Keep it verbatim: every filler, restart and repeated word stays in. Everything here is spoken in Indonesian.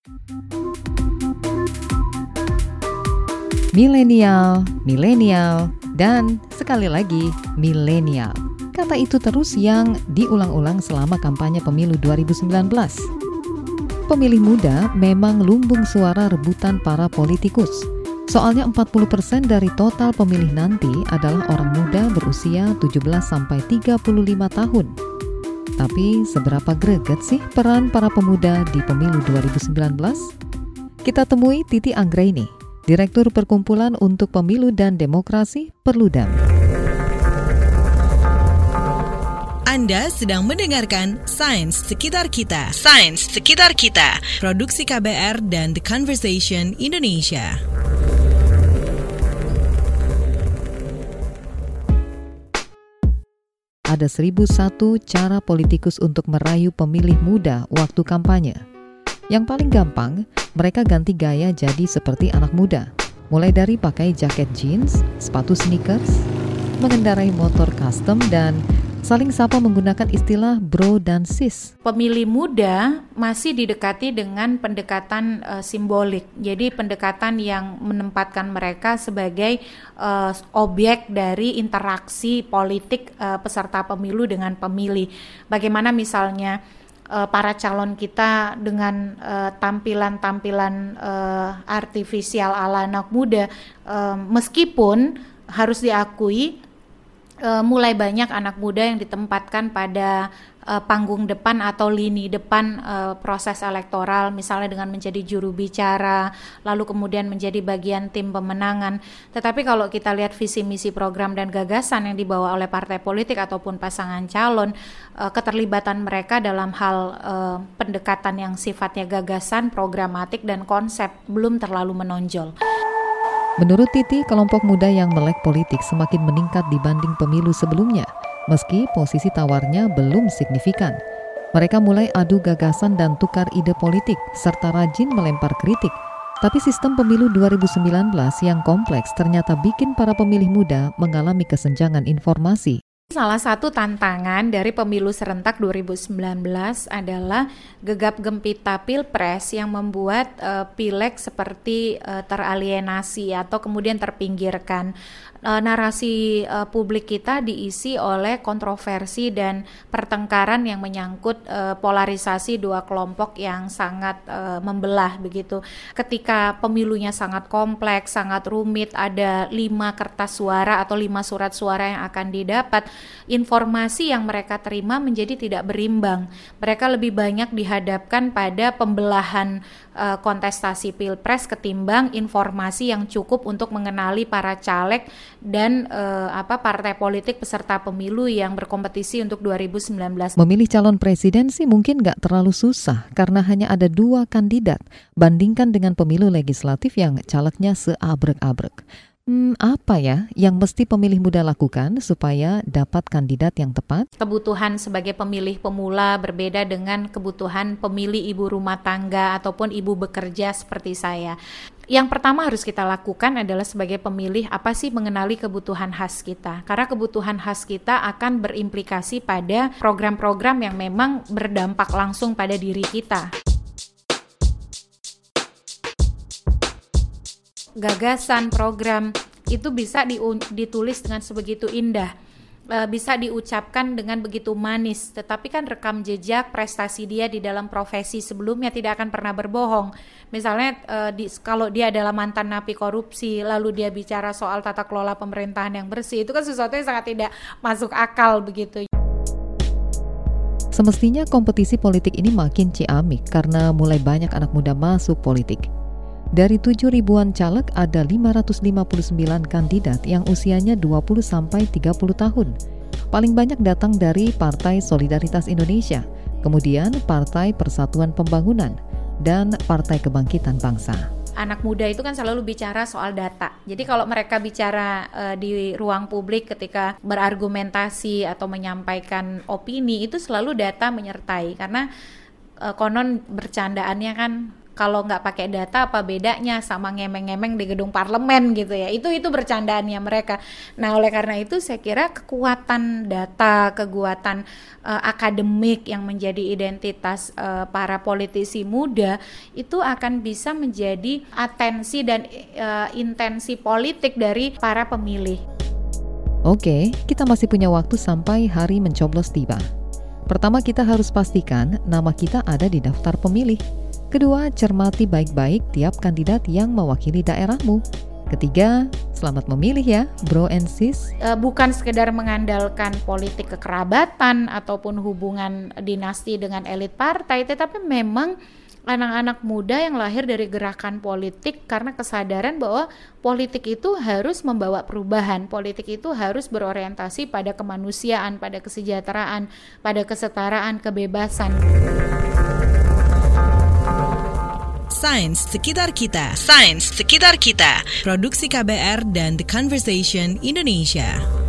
Milenial, milenial, dan sekali lagi milenial. Kata itu terus yang diulang-ulang selama kampanye pemilu dua ribu sembilan belas. Pemilih muda memang lumbung suara rebutan para politikus. Soalnya empat puluh persen dari total pemilih nanti adalah orang muda berusia tujuh belas sampai tiga puluh lima tahun. Tapi seberapa greget sih peran para pemuda di pemilu dua ribu sembilan belas? Kita temui Titi Anggraini, Direktur Perkumpulan untuk Pemilu dan Demokrasi Perludem. Anda sedang mendengarkan Sains Sekitar Kita. Sains Sekitar Kita. Produksi K B R dan The Conversation Indonesia. Ada seribu satu cara politikus untuk merayu pemilih muda waktu kampanye. Yang paling gampang, mereka ganti gaya jadi seperti anak muda. Mulai dari pakai jaket jeans, sepatu sneakers, mengendarai motor custom, dan saling sapa menggunakan istilah bro dan sis. Pemilih muda masih didekati dengan pendekatan uh, simbolik. Jadi pendekatan yang menempatkan mereka sebagai uh, objek dari interaksi politik uh, peserta pemilu dengan pemilih. Bagaimana misalnya para calon kita dengan uh, tampilan-tampilan uh, artifisial ala anak muda, uh, meskipun harus diakui uh, mulai banyak anak muda yang ditempatkan pada uh, panggung depan atau lini depan uh, proses elektoral, misalnya dengan menjadi juru bicara, lalu kemudian menjadi bagian tim pemenangan. Tetapi kalau kita lihat visi misi program dan gagasan yang dibawa oleh partai politik ataupun pasangan calon, uh, keterlibatan mereka dalam hal uh, pendekatan yang sifatnya gagasan, programatik, dan konsep belum terlalu menonjol. Menurut Titi, kelompok muda yang melek politik semakin meningkat dibanding pemilu sebelumnya, meski posisi tawarnya belum signifikan. Mereka mulai adu gagasan dan tukar ide politik, serta rajin melempar kritik. Tapi sistem pemilu dua ribu sembilan belas yang kompleks ternyata bikin para pemilih muda mengalami kesenjangan informasi. Salah satu tantangan dari pemilu serentak dua ribu sembilan belas adalah gegap gempita pilpres yang membuat uh, pileg seperti uh, teralienasi atau kemudian terpinggirkan. Uh, narasi uh, publik kita diisi oleh kontroversi dan pertengkaran yang menyangkut uh, polarisasi dua kelompok yang sangat uh, membelah begitu. Ketika pemilunya sangat kompleks, sangat rumit, ada lima kertas suara atau lima surat suara yang akan didapat, informasi yang mereka terima menjadi tidak berimbang. Mereka lebih banyak dihadapkan pada pembelahan uh, kontestasi pilpres ketimbang informasi yang cukup untuk mengenali para caleg dan uh, apa partai politik peserta pemilu yang berkompetisi untuk dua ribu sembilan belas. Memilih calon presiden sih mungkin nggak terlalu susah karena hanya ada dua kandidat, bandingkan dengan pemilu legislatif yang calegnya seabrek-abrek. Hmm, apa ya yang mesti pemilih muda lakukan supaya dapat kandidat yang tepat? Kebutuhan sebagai pemilih pemula berbeda dengan kebutuhan pemilih ibu rumah tangga ataupun ibu bekerja seperti saya. Yang pertama harus kita lakukan adalah sebagai pemilih apa sih mengenali kebutuhan khas kita. Karena kebutuhan khas kita akan berimplikasi pada program-program yang memang berdampak langsung pada diri kita. Gagasan program itu bisa ditulis dengan sebegitu indah, bisa diucapkan dengan begitu manis, tetapi kan rekam jejak prestasi dia di dalam profesi sebelumnya tidak akan pernah berbohong. Misalnya di, kalau dia adalah mantan napi korupsi, lalu dia bicara soal tata kelola pemerintahan yang bersih, itu kan sesuatu yang sangat tidak masuk akal begitu. Semestinya kompetisi politik ini makin ciamik karena mulai banyak anak muda masuk politik. Dari tujuh ribuan caleg ada lima ratus lima puluh sembilan kandidat yang usianya dua puluh sampai tiga puluh tahun. Paling banyak datang dari Partai Solidaritas Indonesia, kemudian Partai Persatuan Pembangunan, dan Partai Kebangkitan Bangsa. Anak muda itu kan selalu bicara soal data. Jadi kalau mereka bicara uh, di ruang publik ketika berargumentasi atau menyampaikan opini, itu selalu data menyertai. Karena uh, konon bercandaannya kan Kalau nggak pakai data apa bedanya sama ngemeng-ngemeng di gedung parlemen gitu ya. Itu itu bercandaannya mereka. Nah, oleh karena itu saya kira kekuatan data, kekuatan uh, akademik yang menjadi identitas uh, para politisi muda itu akan bisa menjadi atensi dan uh, intensi politik dari para pemilih. Oke, kita masih punya waktu sampai hari mencoblos tiba. Pertama, kita harus pastikan nama kita ada di daftar pemilih. Kedua, cermati baik-baik tiap kandidat yang mewakili daerahmu. Ketiga, selamat memilih ya, bro and sis. E, bukan sekedar mengandalkan politik kekerabatan ataupun hubungan dinasti dengan elit partai, tetapi memang anak-anak muda yang lahir dari gerakan politik karena kesadaran bahwa politik itu harus membawa perubahan, politik itu harus berorientasi pada kemanusiaan, pada kesejahteraan, pada kesetaraan, kebebasan. Sains Sekitar Kita. Sains Sekitar Kita. Produksi K B R dan The Conversation Indonesia.